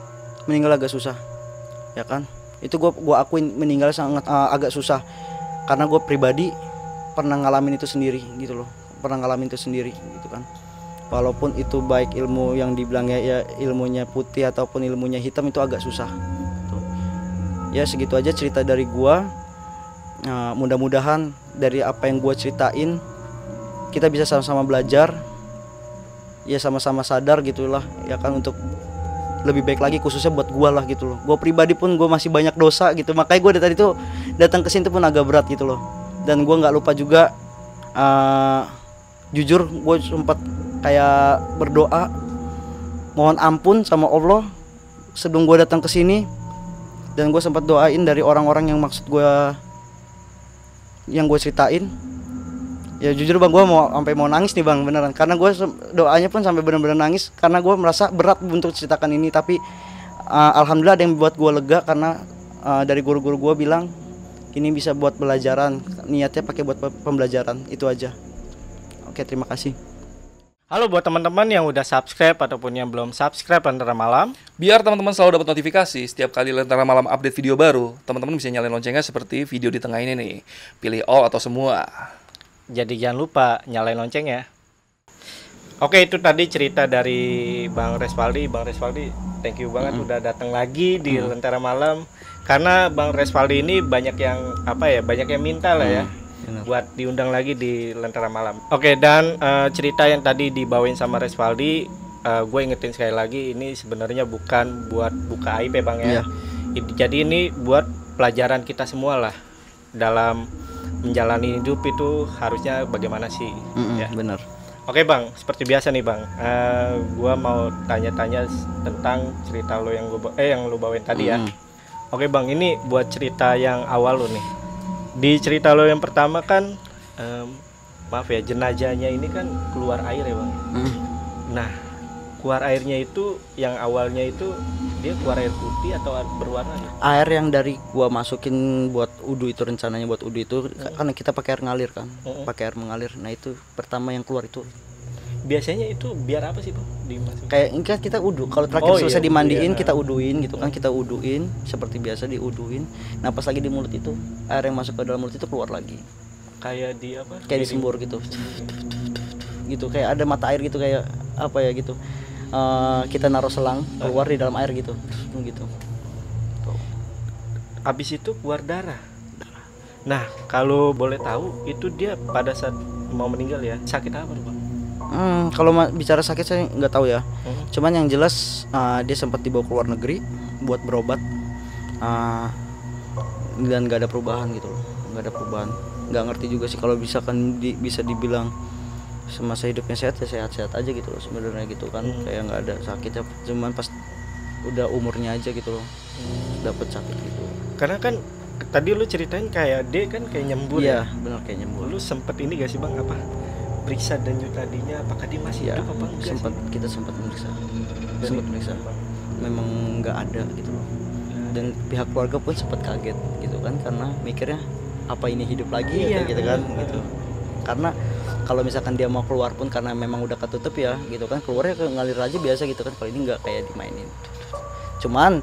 ya kan. Itu gue akuin, meninggal sangat agak susah, karena gue pribadi pernah ngalamin itu sendiri gitu loh, gitu kan. Walaupun itu baik ilmu yang dibilangnya ya ilmunya putih ataupun ilmunya hitam, itu agak susah tuh. Ya segitu aja cerita dari gue. Mudah-mudahan dari apa yang gue ceritain kita bisa sama-sama belajar, ya sama-sama sadar gitulah ya kan, untuk lebih baik lagi, khususnya buat gue lah gitu loh. Gue pribadi pun gue masih banyak dosa gitu, makanya gue dari tadi tuh datang ke sini pun agak berat gitu loh. Dan gue nggak lupa juga, jujur gue sempat kayak berdoa mohon ampun sama Allah sebelum gue datang ke sini, dan gue sempat doain dari orang-orang yang maksud gue, yang gue ceritain. Ya jujur bang, gue mau nangis nih bang, beneran, karena gue doanya pun sampai bener-bener nangis, karena gue merasa berat untuk ceritakan ini. Tapi alhamdulillah ada yang buat gue lega, karena dari guru-guru gue bilang ini bisa buat pelajaran, niatnya pakai buat pembelajaran, itu aja. Oke, terima kasih. Halo buat teman-teman yang udah subscribe ataupun yang belum subscribe Lentera Malam. Biar teman-teman selalu dapat notifikasi setiap kali Lentera Malam update video baru, teman-teman bisa nyalain loncengnya seperti video di tengah ini nih. Pilih all atau semua. Jadi jangan lupa nyalain lonceng ya. Oke, itu tadi cerita dari Bang Resvaldi. Bang Resvaldi, thank you banget udah datang lagi di Lentera Malam. Karena Bang Resvaldi ini banyak yang banyak yang minta lah ya, buat diundang lagi di Lentera Malam. Oke, dan cerita yang tadi dibawain sama Resvaldi, gue ingetin sekali lagi, ini sebenarnya bukan buat buka aib ya Bang ya. Jadi ini buat pelajaran kita semua lah dalam menjalani hidup itu harusnya bagaimana sih. Benar. Oke bang, seperti biasa nih bang, gua mau tanya-tanya tentang cerita lo yang yang lo bawain tadi ya. Oke bang, ini buat cerita yang awal lo nih. Di cerita lo yang pertama kan, maaf ya, jenazahnya ini kan keluar air ya bang. Nah, keluar airnya itu yang awalnya itu dia keluar air putih atau berwarna ya? Air yang dari gua masukin buat udu itu, rencananya buat udu itu karena kita pakai air ngalir kan, pakai air mengalir. Nah itu pertama yang keluar itu. Biasanya itu biar apa sih bang? Dimasukin? Kayak ini kan kita udu, kalau terakhir selesai iya, dimandiin iya. kita uduin gitu kan, kita uduin seperti biasa diuduin. Nah pas lagi di mulut itu air yang masuk ke dalam mulut itu keluar lagi, Kayak di apa? kayak disembur gitu, gitu kayak ada mata air gitu, kayak apa ya gitu. Kita naruh selang keluar di dalam air gitu, gitu. Abis itu keluar darah. Nah kalau boleh tahu itu dia pada saat mau meninggal ya sakit apa tuh bang? Kalau bicara sakit saya nggak tahu ya. Cuman yang jelas dia sempat dibawa ke luar negeri buat berobat, dan nggak ada perubahan gitu loh, nggak ada perubahan. Nggak ngerti juga sih kalau misalkan bisa dibilang semasa hidupnya sehat ya sehat-sehat aja gitu loh sebenarnya gitu kan. Kayak nggak ada sakitnya, cuman pas udah umurnya aja gitu loh dapat sakit gitu. Karena kan tadi lu ceritain kayak dia kan kayak nyembur Iya ya. benar, kayak nyembur. Lu sempet ini gak sih bang apa periksa denyut nadinya apakah dia masih Ya hidup apa enggak sempat, sih? kita sempat meriksa, Dari- sempat meriksa. Memang nggak ada gitu loh. Dan pihak keluarga pun sempat kaget gitu kan, karena mikirnya apa ini hidup lagi Iya, gitu kan bener. gitu. Karena kalau misalkan dia mau keluar pun karena memang udah ketutup ya gitu kan, keluarnya ke ngalir aja biasa gitu kan. Kalau ini nggak kayak dimainin. Cuman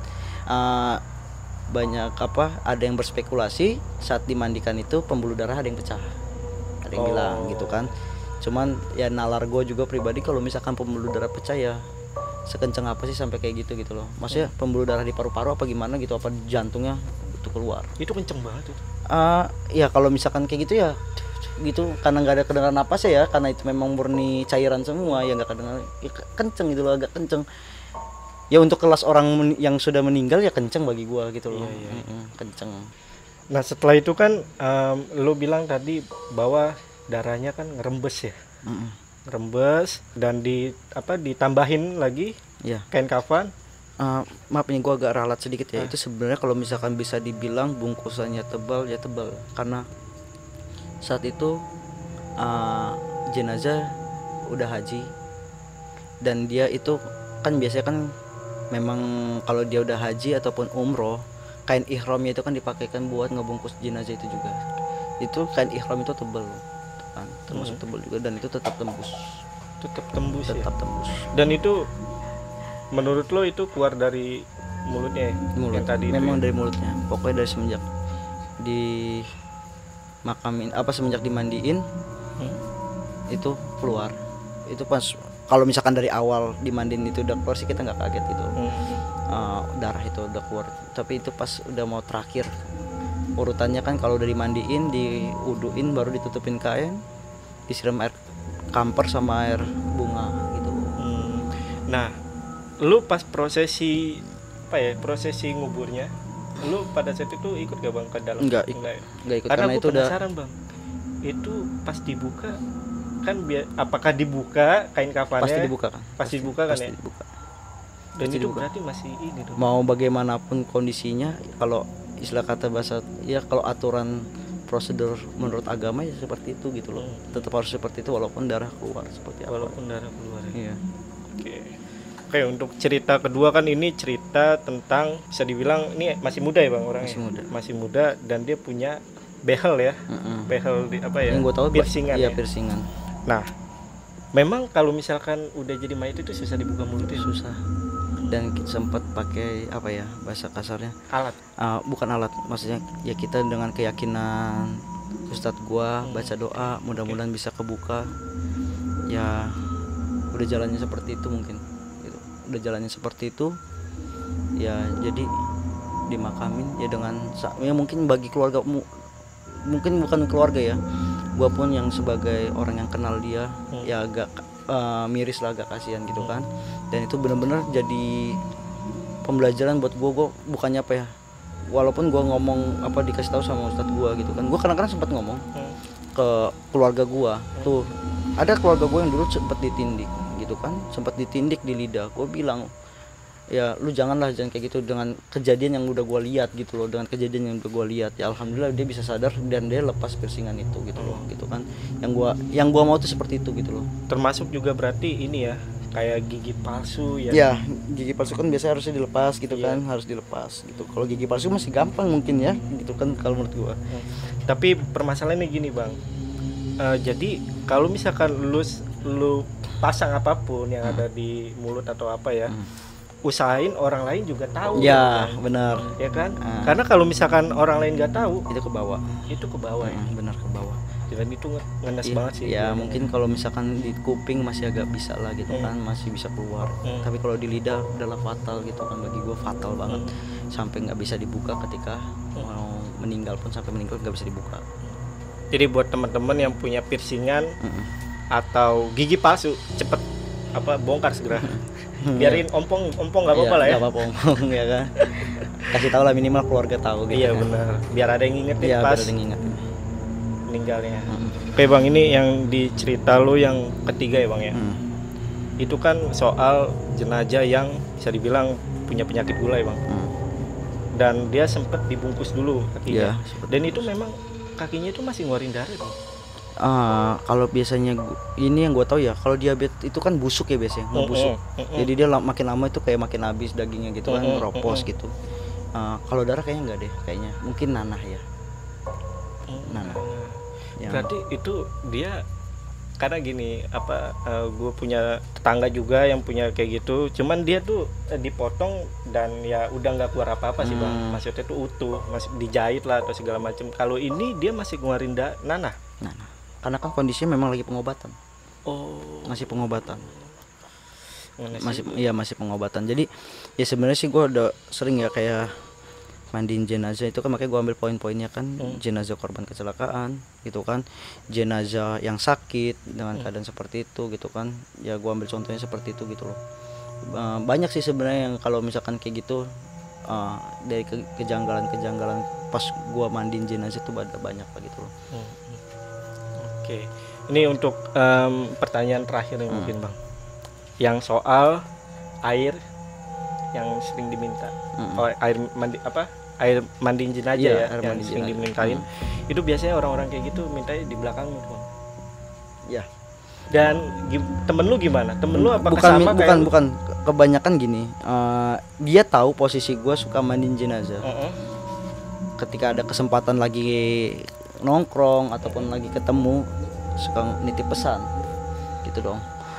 banyak ada yang berspekulasi saat dimandikan itu pembuluh darah ada yang pecah, ada yang bilang gitu kan. Cuman ya nalar gue juga pribadi, kalau misalkan pembuluh darah pecah ya sekencang apa sih sampai kayak gitu loh. Maksudnya pembuluh darah di paru-paru apa gimana gitu, apa jantungnya itu keluar. Itu kenceng banget itu. Ya kalau misalkan kayak gitu ya gitu, karena nggak ada kedengaran napasnya ya, karena itu memang murni cairan semua ya, nggak kedengaran ya, kenceng gitu loh, agak kenceng ya. Untuk kelas orang yang sudah meninggal ya kenceng bagi gua gitu loh. Kenceng. Nah setelah itu kan lu bilang tadi bahwa darahnya kan ngerembes ya. Ngerembes dan ditambahin lagi Ya. kain kafan. Maaf ini gua agak ralat sedikit ya. Itu sebenarnya kalau misalkan bisa dibilang bungkusannya tebal ya tebal, karena saat itu jenazah udah haji, dan dia itu kan biasanya kan memang kalau dia udah haji ataupun umroh, kain ihramnya itu kan dipakaikan buat ngebungkus jenazah itu juga. Itu kain ihram itu tebal kan, termasuk tebal juga, dan itu tetap tembus, Tetap tembus ya. tetap tembus. Dan itu menurut lo itu keluar dari mulutnya ya? Mulut. Yang tadi itu Memang ya? dari mulutnya. Pokoknya dari semenjak di makamin semenjak dimandiin itu keluar. Itu pas kalau misalkan dari awal dimandiin itu udah keluar sih kita nggak kaget gitu. Darah itu udah keluar. Tapi itu pas udah mau terakhir urutannya kan, kalau udah dimandiin, diuduin, baru ditutupin kain, disiram air kamper sama air bunga gitu. Nah, lu pas prosesi prosesi nguburnya, lu pada saat itu ikut gak bang ke dalam? Enggak ya? ikut Karena karena gue itu udah penasaran bang, itu pas dibuka kan apakah dibuka kain kafannya? pasti dibuka kan. Pasti dibuka kan pasti ya? dibuka. Dan pasti itu dibuka. berarti masih ini dong. Mau bagaimanapun kondisinya, kalau istilah kata bahasa ya, kalau aturan prosedur menurut agama ya seperti itu gitu loh. Tetap harus seperti itu walaupun darah keluar seperti apa. Walaupun darah keluar ya. Iya. Oke, untuk cerita kedua kan ini cerita tentang, bisa dibilang ini masih muda ya bang orangnya. Masih muda dan dia punya behel ya. Behel di apa ya? Yang gue tahu piercingan iya, ya. piercingan. Nah, memang kalau misalkan udah jadi mayat itu susah dibuka mulutnya. Susah. Dan sempat pakai apa ya bahasa kasarnya, Alat. bukan alat, maksudnya ya kita dengan keyakinan ustadz gua baca doa mudah-mudahan bisa kebuka ya. Udah jalannya seperti itu mungkin gitu. Udah jalannya seperti itu ya, jadi dimakamin ya dengan ya mungkin bagi keluarga, mungkin bukan keluarga ya, gua pun yang sebagai orang yang kenal dia ya agak miris lah, agak kasihan gitu kan. Dan itu benar-benar jadi pembelajaran buat gue bukannya apa ya, walaupun gue ngomong dikasih tahu sama ustadz gue gitu kan, gue kadang-kadang sempat ngomong ke keluarga gue tuh, ada keluarga gue yang dulu sempat ditindik gitu kan, sempat ditindik di lidah. Gue bilang ya lu jangan kayak gitu dengan kejadian yang udah gue lihat gitu loh, dengan kejadian yang udah gue lihat. Ya alhamdulillah dia bisa sadar dan dia lepas piercingan itu gitu loh, gitu kan. Yang gua mau tuh seperti itu gitu loh. Termasuk juga berarti ini ya, kayak gigi palsu ya. Ya gigi palsu kan biasanya harusnya dilepas gitu Iya. kan, harus dilepas gitu. Kalau gigi palsu masih gampang mungkin ya gitu kan kalau menurut gua. Tapi permasalahannya gini bang, jadi kalau misalkan lu pasang apapun yang ada di mulut atau apa ya, usahain orang lain juga tahu. Ya kan? benar. Ya kan? Karena kalau misalkan orang lain nggak tahu, Itu ke bawah. itu ke bawah ya. Benar ke bawah. Dan itu ngenes Iya, banget sih. ya mungkin kalau misalkan di kuping masih agak bisa lah gitu kan, masih bisa keluar. Tapi kalau di lidah udahlah fatal gitu kan, bagi gue fatal banget. Sampai nggak bisa dibuka ketika mau meninggal pun, sampai meninggal nggak bisa dibuka. Jadi buat teman-teman yang punya piercingan atau gigi palsu, cepet bongkar segera. Biarin ompong nggak apa-apa lah ya. Nggak apa-apa ompong ya kan. Kasih tahu lah, minimal keluarga tahu gitu. Iya benar. Biar ada yang ngingetin Iya, pas biar ada yang ingat. meninggalnya. Oke bang, ini yang di cerita lu yang ketiga ya bang ya. Itu kan soal jenazah yang bisa dibilang punya penyakit gula ya bang. Dan dia sempat dibungkus dulu kakinya. Iya, Dan itu memang kakinya itu masih ngeluarin darah bang. Kalau biasanya ini yang gue tahu ya, kalau diabetes itu kan busuk ya biasanya, ngebusuk. Jadi dia makin lama itu kayak makin habis dagingnya gitu kan, ropos gitu. Kalau darah kayaknya enggak deh, kayaknya mungkin nanah ya. Nanah. Ya. Berarti itu dia karena gini gue punya tetangga juga yang punya kayak gitu, cuman dia tuh dipotong dan ya udah nggak keluar apa-apa sih bang, maksudnya tuh utuh, masih dijahit lah atau segala macam. Kalau ini dia masih ngeluarin nanah. Karena kan kondisinya memang lagi pengobatan. Oh, Masih pengobatan. ngenes Masih pengobatan. Jadi ya sebenarnya sih gue udah sering ya kayak mandiin jenazah itu kan, makanya gue ambil poin-poinnya kan. Jenazah korban kecelakaan gitu kan, jenazah yang sakit dengan keadaan seperti itu gitu kan. Ya gue ambil contohnya seperti itu gitu loh. Banyak sih sebenarnya yang kalau misalkan kayak gitu, dari kejanggalan pas gue mandiin jenazah itu ada banyak lah gitu loh. Oke, ini untuk pertanyaan terakhir nih mungkin bang, yang soal air yang sering diminta, air mandiin jenazah Iya, ya, air yang mandi sering jenazah. dimintain. Itu biasanya orang-orang kayak gitu mintanya di belakang gitu bang. Ya. Dan temen lu gimana? Temen lu apakah sama kayak lu? bukan kebanyakan gini, dia tahu posisi gue suka mandiin jenazah. Ketika ada kesempatan lagi nongkrong ataupun lagi ketemu, suka nitip pesan gitu dong.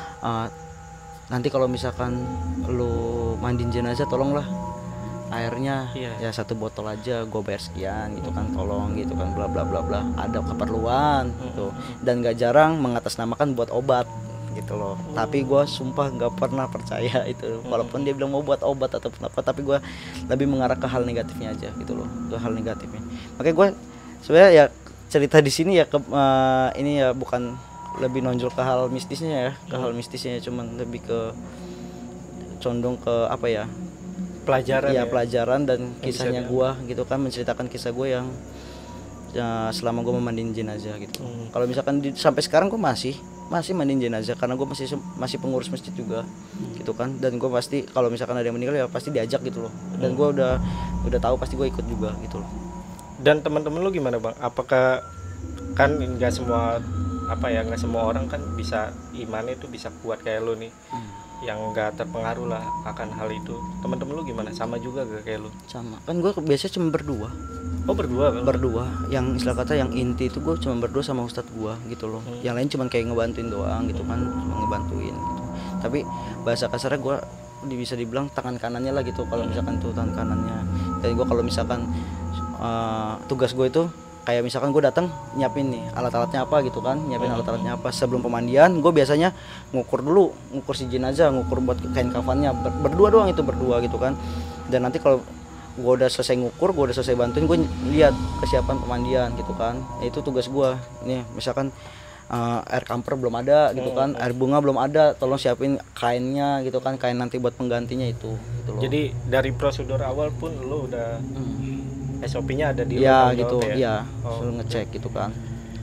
Nanti kalau misalkan lu mandiin jenazah, tolonglah airnya ya 1 botol aja, gue bayar sekian gitu kan, tolong gitu kan, bla bla bla bla. Ada keperluan gitu. Dan gak jarang mengatasnamakan buat obat gitu loh. Tapi gue sumpah nggak pernah percaya itu, walaupun dia bilang mau buat obat ataupun apa, tapi gue lebih mengarah ke hal negatifnya aja gitu loh, ke hal negatifnya. Makanya gue sebenarnya ya cerita di sini ya ini ya bukan lebih nonjol ke hal mistisnya ya, ke hal mistisnya, cuman lebih ke condong ke apa ya, pelajaran pelajaran dan kisahnya bisa gua gitu kan, menceritakan kisah gue yang selama gue memandiin jenazah gitu. Kalau misalkan sampai sekarang gue masih mandiin jenazah karena gue masih pengurus masjid juga gitu kan, dan gue pasti kalau misalkan ada yang meninggal ya pasti diajak gitu loh, dan gue udah tahu pasti gue ikut juga gitu loh. Dan teman-teman lu gimana bang? Apakah kan nggak semua orang kan bisa imannya itu bisa kuat kayak lu nih, yang nggak terpengaruh lah akan hal itu. Teman-teman lu gimana? Sama juga gak kayak lu? Sama kan, gue biasanya cuma berdua. Oh berdua bang? Berdua, yang istilah kata yang inti itu gue cuma berdua sama ustadz gue gitu loh. Yang lain cuma kayak ngebantuin doang gitu kan, cuma ngebantuin gitu. Tapi bahasa kasarnya gue bisa dibilang tangan kanannya lah gitu, kalau misalkan tuh tangan kanannya. Dan gue kalau misalkan tugas gue itu kayak misalkan gue datang nyiapin nih alat-alatnya apa gitu kan, nyiapin alat-alatnya apa sebelum pemandian. Gue biasanya ngukur si jenazah, ngukur buat kain kafannya, berdua doang itu, berdua gitu kan. Dan nanti kalau gue udah selesai ngukur, gue udah selesai bantuin, gue lihat kesiapan pemandian gitu kan. Itu tugas gue. Nih misalkan air kamper belum ada gitu kan, air bunga belum ada, tolong siapin kainnya gitu kan, kain nanti buat penggantinya itu gitu loh. Jadi dari prosedur awal pun lu udah SOP-nya ada di ya lu gitu ya? Suruh ngecek gitu kan.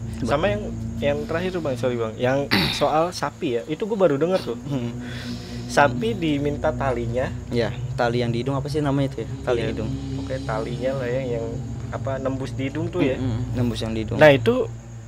Sama yang terakhir tuh Bang, sorry Bang, yang soal sapi ya, itu gue baru denger tuh. Sapi diminta talinya. Ya, tali yang di hidung apa sih namanya itu ya? Tali Iya, hidung. Oke, talinya lah yang apa nembus di hidung tuh ya. Nembus yang di hidung. Nah itu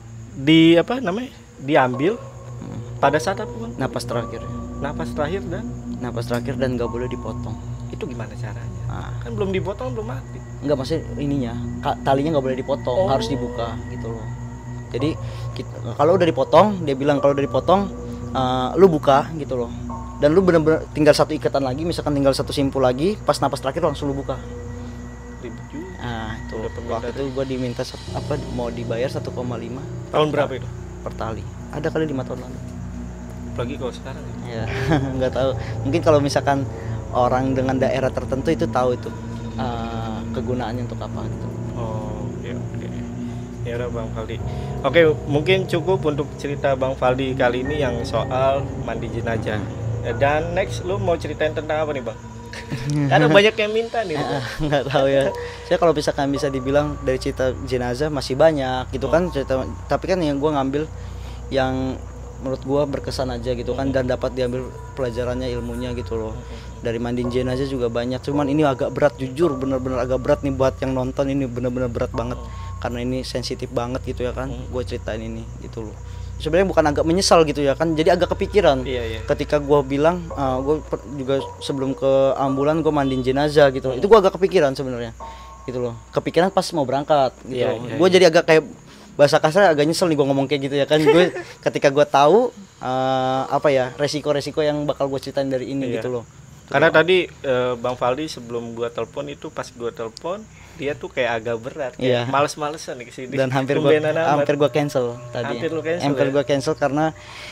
di apa namanya? Diambil pada saat apa Bang? Napas terakhir. Napas terakhir dan Napas terakhir dan nggak boleh dipotong. itu gimana caranya? Nah, Kan belum dipotong belum mati. nggak maksudnya ininya, talinya nggak boleh dipotong, harus dibuka gitu loh. Jadi kalau udah dipotong, dia bilang kalau udah dipotong, lu buka gitu loh. Dan lu bener-bener tinggal satu ikatan lagi, misalkan tinggal satu simpul lagi, pas napas terakhir langsung lu buka. Ribet juga. Nah itu Udah permintaan. waktu itu gue diminta mau dibayar 1,5 Tahun berapa itu? per tali. Ada kali 5 tahun lalu. Apalagi kalau sekarang ya. Ya nggak tahu. Mungkin kalau misalkan orang dengan daerah tertentu itu tahu itu kegunaannya untuk apa gitu. Oh, oke. Ya udah Bang Faldi. Oke, mungkin cukup untuk cerita Bang Faldi kali ini yang soal mandi jenazah. Dan next lu mau ceritain tentang apa nih Bang? Karena banyak yang minta nih. Nggak tahu ya. Saya kalau misalkan bisa dibilang dari cerita jenazah masih banyak gitu kan cerita. Tapi kan yang gue ngambil yang menurut gue berkesan aja gitu kan dan dapat diambil pelajarannya ilmunya gitu loh. Dari mandiin jenazah juga banyak. Cuman ini agak berat jujur, bener-bener agak berat nih buat yang nonton, ini bener-bener berat banget karena ini sensitif banget gitu ya kan. Gue ceritain ini gitu loh. Sebenarnya bukan agak menyesal gitu ya kan, jadi agak kepikiran. Iya. Ketika gue bilang gue juga sebelum ke ambulan gue mandiin jenazah gitu, itu gue agak kepikiran sebenarnya gitu loh, kepikiran pas mau berangkat gitu. Gue jadi agak kayak bahasa kasar agak nyesel nih gue ngomong kayak gitu ya kan. Gue ketika gue tahu apa ya resiko-resiko yang bakal gue ceritain dari ini gitu loh. Karena tadi Bang Faldi sebelum gua telepon itu pas gua telepon dia tuh kayak agak berat, kayak males-malesan nih kesini. Dan hampir gue cancel tadi. Hampir gue cancel karena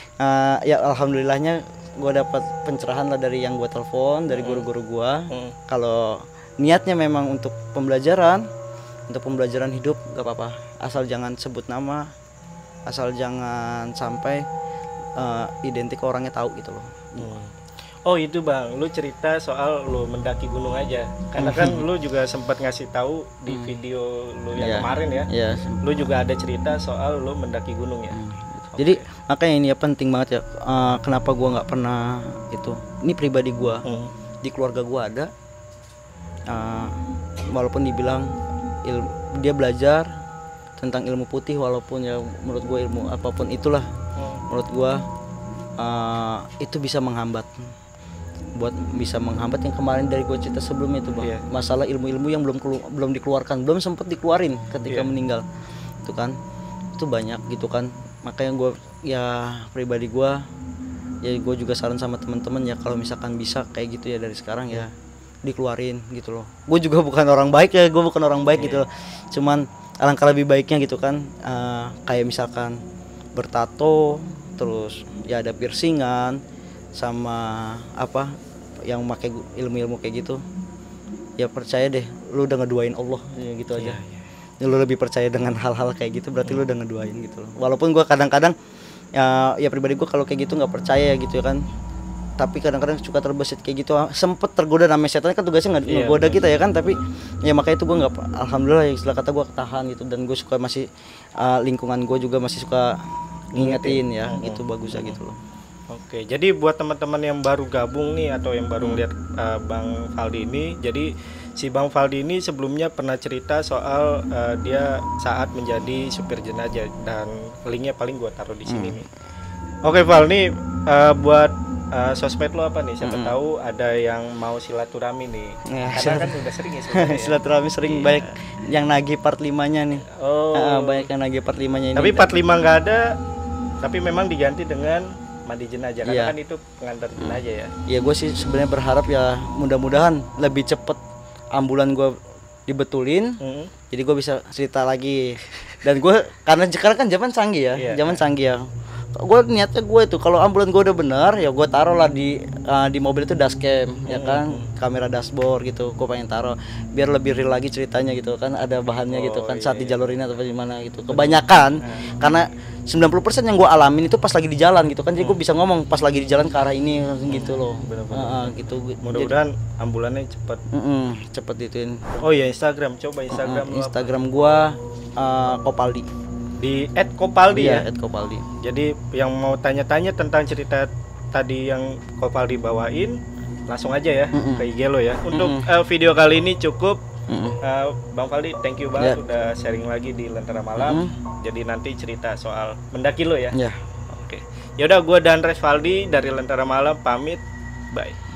ya alhamdulillahnya gue dapat pencerahan lah dari yang gue telepon, dari guru-guru gue. Kalau niatnya memang untuk pembelajaran hidup gak apa-apa, asal jangan sebut nama, asal jangan sampai identik orangnya tahu gitu loh. Oh itu Bang, lu cerita soal lu mendaki gunung aja. Karena kan lu juga sempat ngasih tahu di video lu yang kemarin ya. Iya. Lu juga ada cerita soal lu mendaki gunung ya. Jadi makanya ini ya penting banget ya. Kenapa gua nggak pernah itu? Ini pribadi gua. Di keluarga gua ada. Walaupun dibilang dia belajar tentang ilmu putih, walaupun ya menurut gua ilmu apapun itulah, menurut gua itu bisa menghambat. Bisa menghambat yang kemarin dari gue cerita sebelumnya itu Bang. Masalah ilmu-ilmu yang belum dikeluarkan, belum sempat dikeluarin ketika meninggal itu kan, itu banyak gitu kan. Makanya gue ya pribadi gue juga saran sama teman-teman ya kalau misalkan bisa kayak gitu ya dari sekarang ya dikeluarin gitu loh. Gue juga bukan orang baik ya, gitu loh. Cuman alangkah lebih baiknya gitu kan, kayak misalkan bertato, terus ya ada piercingan, sama apa yang pakai ilmu-ilmu kayak gitu, ya percaya deh lu udah ngeduain Allah ya gitu aja. Ya, lu lebih percaya dengan hal-hal kayak gitu berarti lu udah ngeduain gitu loh. Walaupun gua kadang-kadang ya pribadi gua kalau kayak gitu nggak percaya gitu ya kan, tapi kadang-kadang suka terbesit kayak gitu, sempet tergoda namanya setan kan tugasnya ngegoda kita ya kan. Tapi ya makanya itu gua nggak, alhamdulillah ya istilah kata gua ketahan gitu, dan gue suka masih lingkungan gue juga masih suka ngingetin ya itu bagusnya gitu loh. Oke, jadi buat teman-teman yang baru gabung nih atau yang baru lihat Bang Faldi ini, jadi si Bang Faldi ini sebelumnya pernah cerita soal dia saat menjadi supir jenazah, dan linknya paling gua taruh di sini nih. Oke Val, nih buat sosmed lo apa nih? Siapa tahu ada yang mau silaturahmi nih. Karena kan udah sering ya silaturahmi sering banyak yang nagih part 5-nya nih. Banyak yang nagih part 5-nya ini. Tapi part 5 nggak ada, tapi memang diganti dengan mandi jenazah, karena kan itu pengantar jenazah ya. Iya, gue sih sebenarnya berharap ya mudah-mudahan lebih cepet ambulan gue dibetulin, jadi gue bisa cerita lagi. Dan gue karena sekarang kan zaman canggih ya, canggih ya. Gue niatnya gue itu kalau ambulan gue udah bener ya gue taruh lah di mobil itu dashcam ya kan, kamera dashboard gitu. Gue pengen taruh biar lebih real lagi ceritanya gitu kan, ada bahannya gitu kan saat di jalur ini atau gimana gitu. Kebanyakan karena 90% yang gue alamin itu pas lagi di jalan gitu kan, jadi gue bisa ngomong pas lagi di jalan ke arah ini gitu loh. Gitu. Mudah-mudahan ambulannya cepet cepet ituin. Oh ya Instagram, coba Instagram Instagram gue Kopaldi. Di @kopaldi Iya, ya. @kopaldi. Jadi yang mau tanya-tanya tentang cerita tadi yang Kopaldi bawain, langsung aja ya ke IG lo ya. Untuk video kali ini cukup. Bang Faldi, thank you banget udah sharing lagi di Lentera Malam. Jadi nanti cerita soal mendaki lo ya. Ya. Oke. Yaudah, gue dan Resvaldi dari Lentera Malam pamit. Bye.